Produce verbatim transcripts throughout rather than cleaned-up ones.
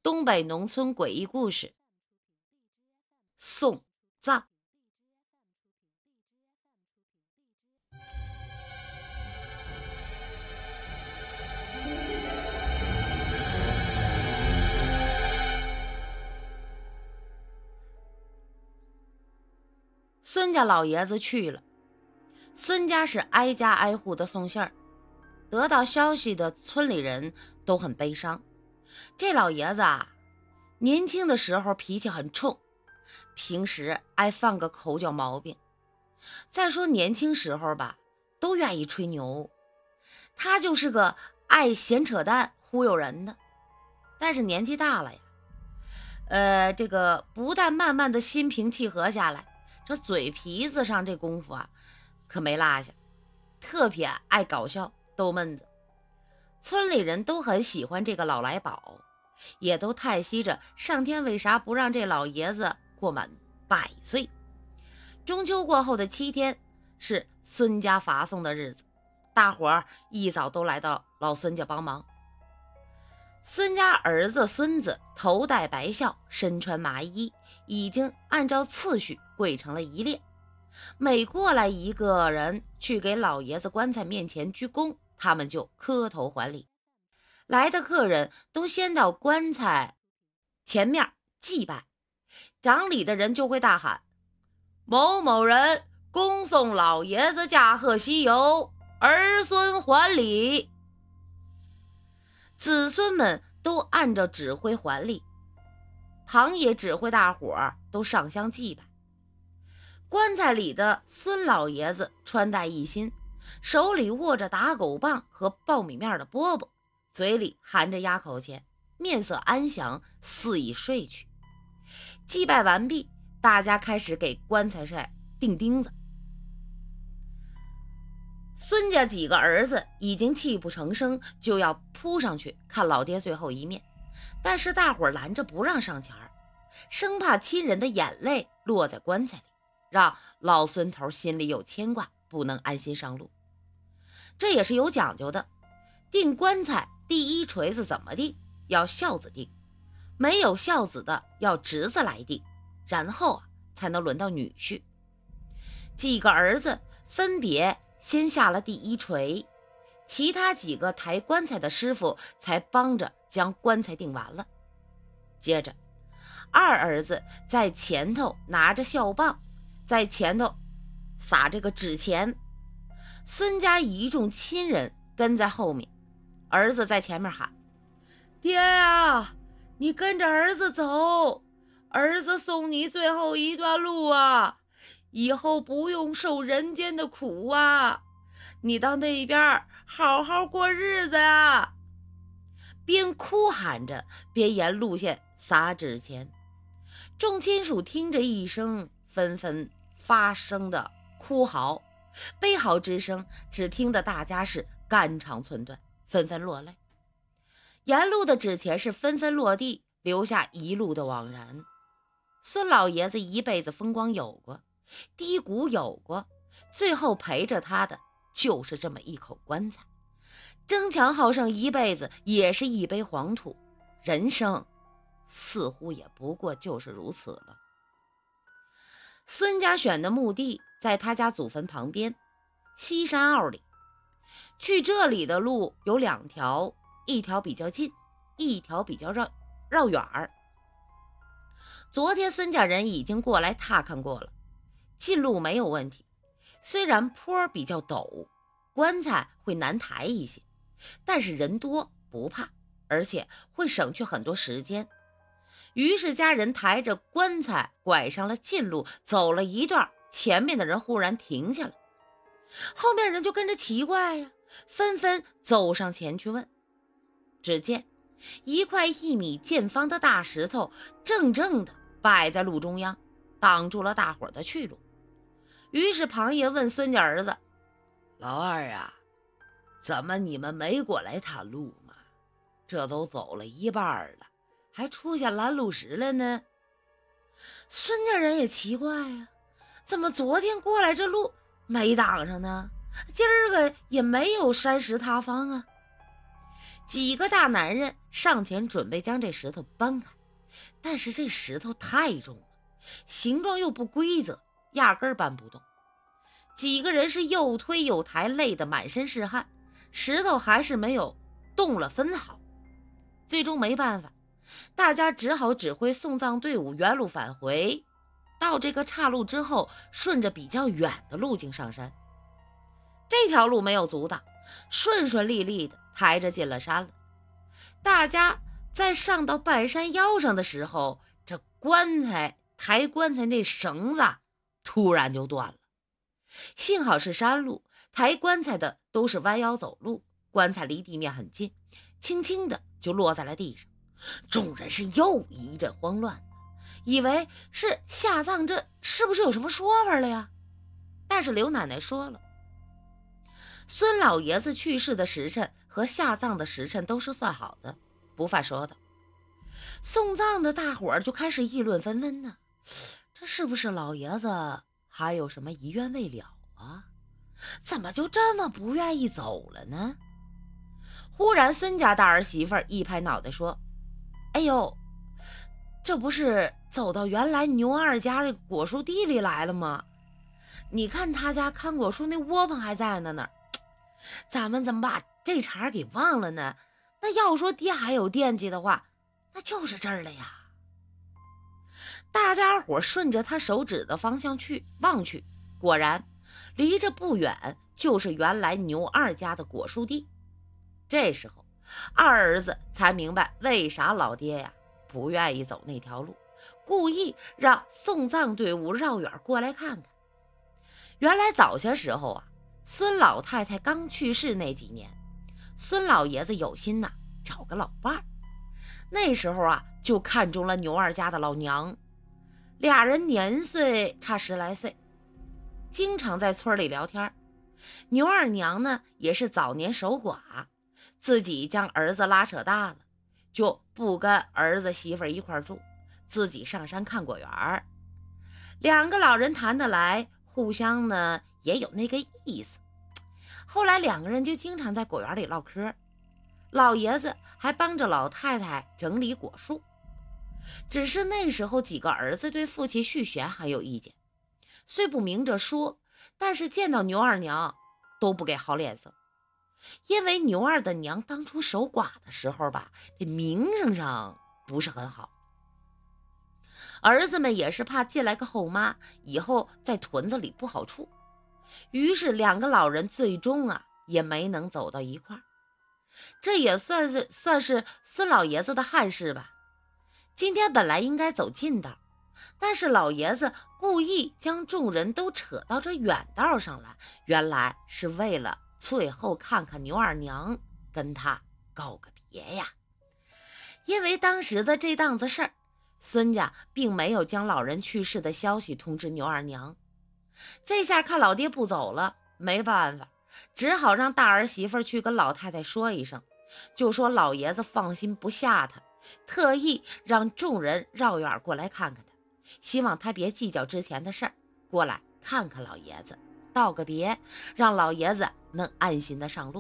东北农村诡异故事，送葬。孙家老爷子去了，孙家是挨家挨户的送信儿，得到消息的村里人都很悲伤。这老爷子啊，年轻的时候脾气很冲，平时爱犯个口角毛病。再说年轻时候吧，都愿意吹牛，他就是个爱闲扯淡忽悠人的。但是年纪大了呀，呃，这个不但慢慢的心平气和下来，这嘴皮子上这功夫啊，可没落下，特别爱搞笑逗闷子。村里人都很喜欢这个老来宝，也都叹息着上天为啥不让这老爷子过满百岁。中秋过后的七天是孙家发送的日子，大伙儿一早都来到老孙家帮忙。孙家儿子孙子头戴白孝，身穿麻衣，已经按照次序跪成了一列。每过来一个人去给老爷子棺材面前鞠躬，他们就磕头还礼。来的客人都先到棺材前面祭拜，掌礼的人就会大喊：某某人恭送老爷子驾鹤西游，儿孙还礼。子孙们都按照指挥还礼，旁也指挥大伙儿都上香祭拜。棺材里的孙老爷子穿戴一新，手里握着打狗棒和苞米面的饽饽，嘴里含着鸭口钱，面色安详，似已睡去。祭拜完毕，大家开始给棺材上钉钉子。孙家几个儿子已经泣不成声，就要扑上去看老爹最后一面，但是大伙拦着不让上前，生怕亲人的眼泪落在棺材里，让老孙头心里有牵挂，不能安心上路。这也是有讲究的，钉棺材第一锤子怎么钉？要孝子钉，没有孝子的要侄子来钉，然后啊才能轮到女婿。几个儿子分别先下了第一锤，其他几个抬棺材的师傅才帮着将棺材钉完了。接着二儿子在前头拿着孝棒，在前头撒这个纸钱，孙家一众亲人跟在后面，儿子在前面喊：爹啊，你跟着儿子走，儿子送你最后一段路啊，以后不用受人间的苦啊，你到那边好好过日子啊。边哭喊着边沿路线撒纸钱，众亲属听着一声，纷纷发声的哭嚎，悲嚎之声只听得大家是肝肠寸断，纷纷落泪。沿路的纸钱是纷纷落地，留下一路的惘然。孙老爷子一辈子风光有过，低谷有过，最后陪着他的就是这么一口棺材。争强好胜一辈子也是一杯黄土，人生似乎也不过就是如此了。孙家选的墓地在他家祖坟旁边西山坳里，去这里的路有两条，一条比较近，一条比较绕绕远儿。昨天孙家人已经过来踏看过了，近路没有问题，虽然坡比较陡，棺材会难抬一些，但是人多不怕，而且会省去很多时间。于是家人抬着棺材拐上了近路，走了一段，前面的人忽然停下了，后面人就跟着奇怪呀，纷纷走上前去问。只见一块一米见方的大石头正正的摆在路中央，挡住了大伙的去路。于是庞爷问孙家儿子：老二啊，怎么你们没过来探路吗？这都走了一半了，还出现拦路石了呢？孙家人也奇怪呀，怎么昨天过来这路没挡上呢？今儿个也没有山石塌方啊。 几个大男人上前准备将这石头搬开，但是这石头太重了，形状又不规则，压根儿搬不动。几个人是又推又抬，累得满身是汗，石头还是没有动了分毫。最终没办法，大家只好指挥送葬队伍原路返回。到这个岔路之后，顺着比较远的路径上山。这条路没有阻挡，顺顺利利的抬着进了山了。大家在上到半山腰上的时候，这棺材抬棺材那绳子突然就断了。幸好是山路，抬棺材的都是弯腰走路，棺材离地面很近，轻轻的就落在了地上。众人是又一阵慌乱，以为是下葬，这是不是有什么说法了呀？但是刘奶奶说了，孙老爷子去世的时辰和下葬的时辰都是算好的，不犯说的。送葬的大伙儿就开始议论纷纷呢，这是不是老爷子还有什么遗愿未了啊？怎么就这么不愿意走了呢？忽然孙家大儿媳妇一拍脑袋说，哎呦，这不是走到原来牛二家的果树地里来了吗？你看他家看果树那窝棚还在呢那儿，咱们怎么把这茬给忘了呢？那要说爹还有惦记的话，那就是这儿了呀。大家伙顺着他手指的方向去望去，果然离着不远就是原来牛二家的果树地。这时候二儿子才明白为啥老爹呀不愿意走那条路，故意让送葬队伍绕远过来看看。原来早些时候啊，孙老太太刚去世那几年，孙老爷子有心呐、啊、找个老伴儿。那时候啊就看中了牛二家的老娘，俩人年岁差十来岁，经常在村里聊天。牛二娘呢也是早年守寡，自己将儿子拉扯大了，就不跟儿子媳妇一块住，自己上山看果园。两个老人谈得来，互相呢也有那个意思。后来两个人就经常在果园里唠嗑，老爷子还帮着老太太整理果树。只是那时候几个儿子对父亲续弦很有意见，虽不明着说，但是见到牛二娘都不给好脸色。因为牛二的娘当初守寡的时候吧，这名声上不是很好，儿子们也是怕进来个后妈，以后在屯子里不好处，于是两个老人最终啊也没能走到一块儿。这也算是算是孙老爷子的憾事吧。今天本来应该走近道，但是老爷子故意将众人都扯到这远道上来，原来是为了最后看看牛二娘，跟他告个别呀。因为当时的这档子事儿，孙家并没有将老人去世的消息通知牛二娘。这下看老爹不走了，没办法，只好让大儿媳妇去跟老太太说一声，就说老爷子放心不下他，特意让众人绕远过来看看他，希望他别计较之前的事儿，过来看看老爷子，道个别，让老爷子能安心的上路。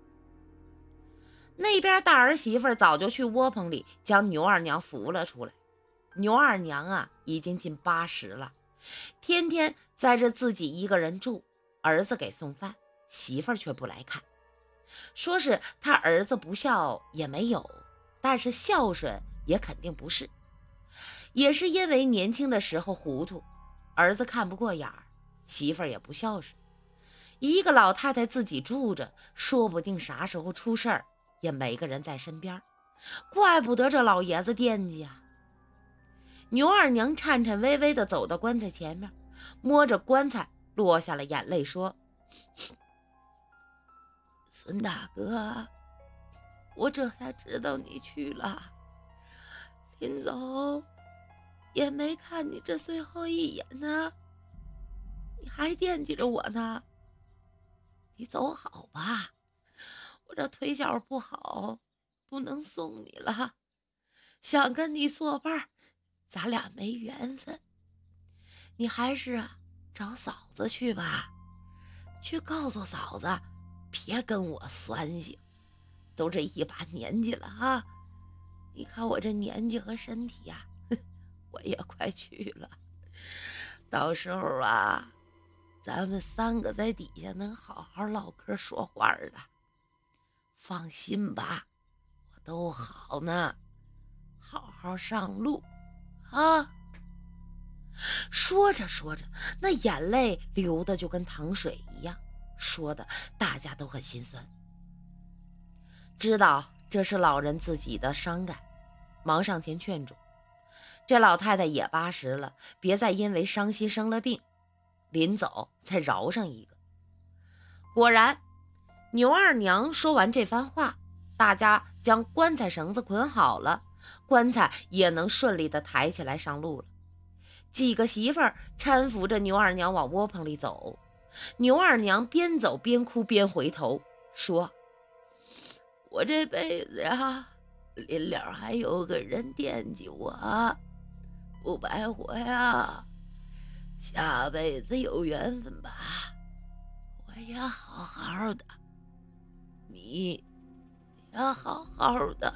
那边大儿媳妇早就去窝棚里将牛二娘扶了出来。牛二娘啊已经近八十了，天天在这自己一个人住，儿子给送饭，媳妇却不来看，说是他儿子不孝也没有，但是孝顺也肯定不是。也是因为年轻的时候糊涂，儿子看不过眼儿，媳妇也不孝顺，一个老太太自己住着，说不定啥时候出事儿也没个人在身边，怪不得这老爷子惦记啊。牛二娘颤颤巍巍地走到棺材前面，摸着棺材落下了眼泪，说：孙大哥，我这才知道你去了，临走也没看你这最后一眼呢，你还惦记着我呢。你走好吧，我这腿脚不好，不能送你了，想跟你作伴，咱俩没缘分，你还是啊找嫂子去吧，去告诉嫂子别跟我酸性， 都这一把年纪了啊，你看我这年纪和身体呀、啊，我也快去了。到时候啊，咱们三个在底下能好好唠嗑说话的。放心吧，我都好呢，好好上路啊。说着说着，那眼泪流的就跟糖水一样，说的大家都很心酸。知道这是老人自己的伤感，忙上前劝阻。这老太太也八十了，别再因为伤心生了病，临走才饶上一个。果然，牛二娘说完这番话，大家将棺材绳子捆好了，棺材也能顺利的抬起来上路了。几个媳妇儿搀扶着牛二娘往窝棚里走，牛二娘边走边哭边回头说：我这辈子呀，临了还有个人惦记我，不白活呀，下辈子有缘分吧，我也好好的，你也好好的。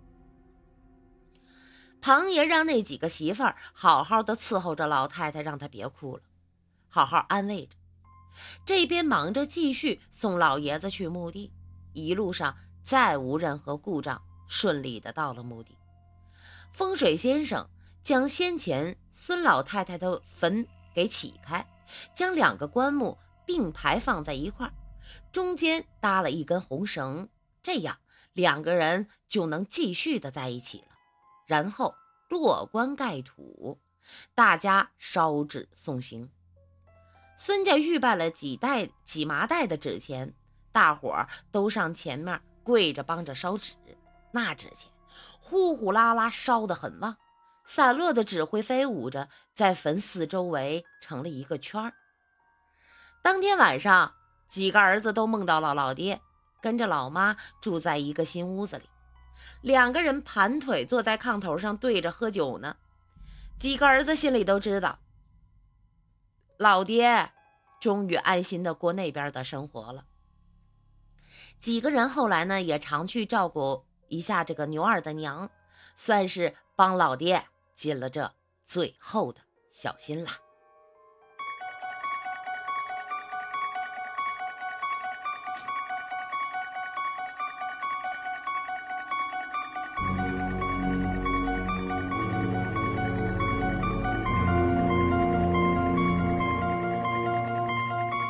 庞爷让那几个媳妇儿好好的伺候着老太太，让她别哭了，好好安慰着。这边忙着继续送老爷子去墓地，一路上再无任何故障，顺利的到了墓地。风水先生将先前孙老太太的坟给起开，将两个棺木并排放在一块儿，中间搭了一根红绳，这样两个人就能继续的在一起了。然后落棺盖土，大家烧纸送行。孙家预备了几袋几麻袋的纸钱，大伙儿都上前面跪着帮着烧纸。那纸钱呼呼啦啦烧得很旺，散落的纸灰飞舞着，在坟四周围成了一个圈儿。当天晚上，几个儿子都梦到了老爹跟着老妈住在一个新屋子里，两个人盘腿坐在炕头上对着喝酒呢。几个儿子心里都知道，老爹终于安心的过那边的生活了。几个人后来呢，也常去照顾一下这个牛二的娘，算是帮老爹尽了这最后的小心啦。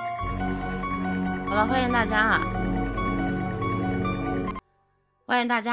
好了，欢迎大家啊，欢迎大家。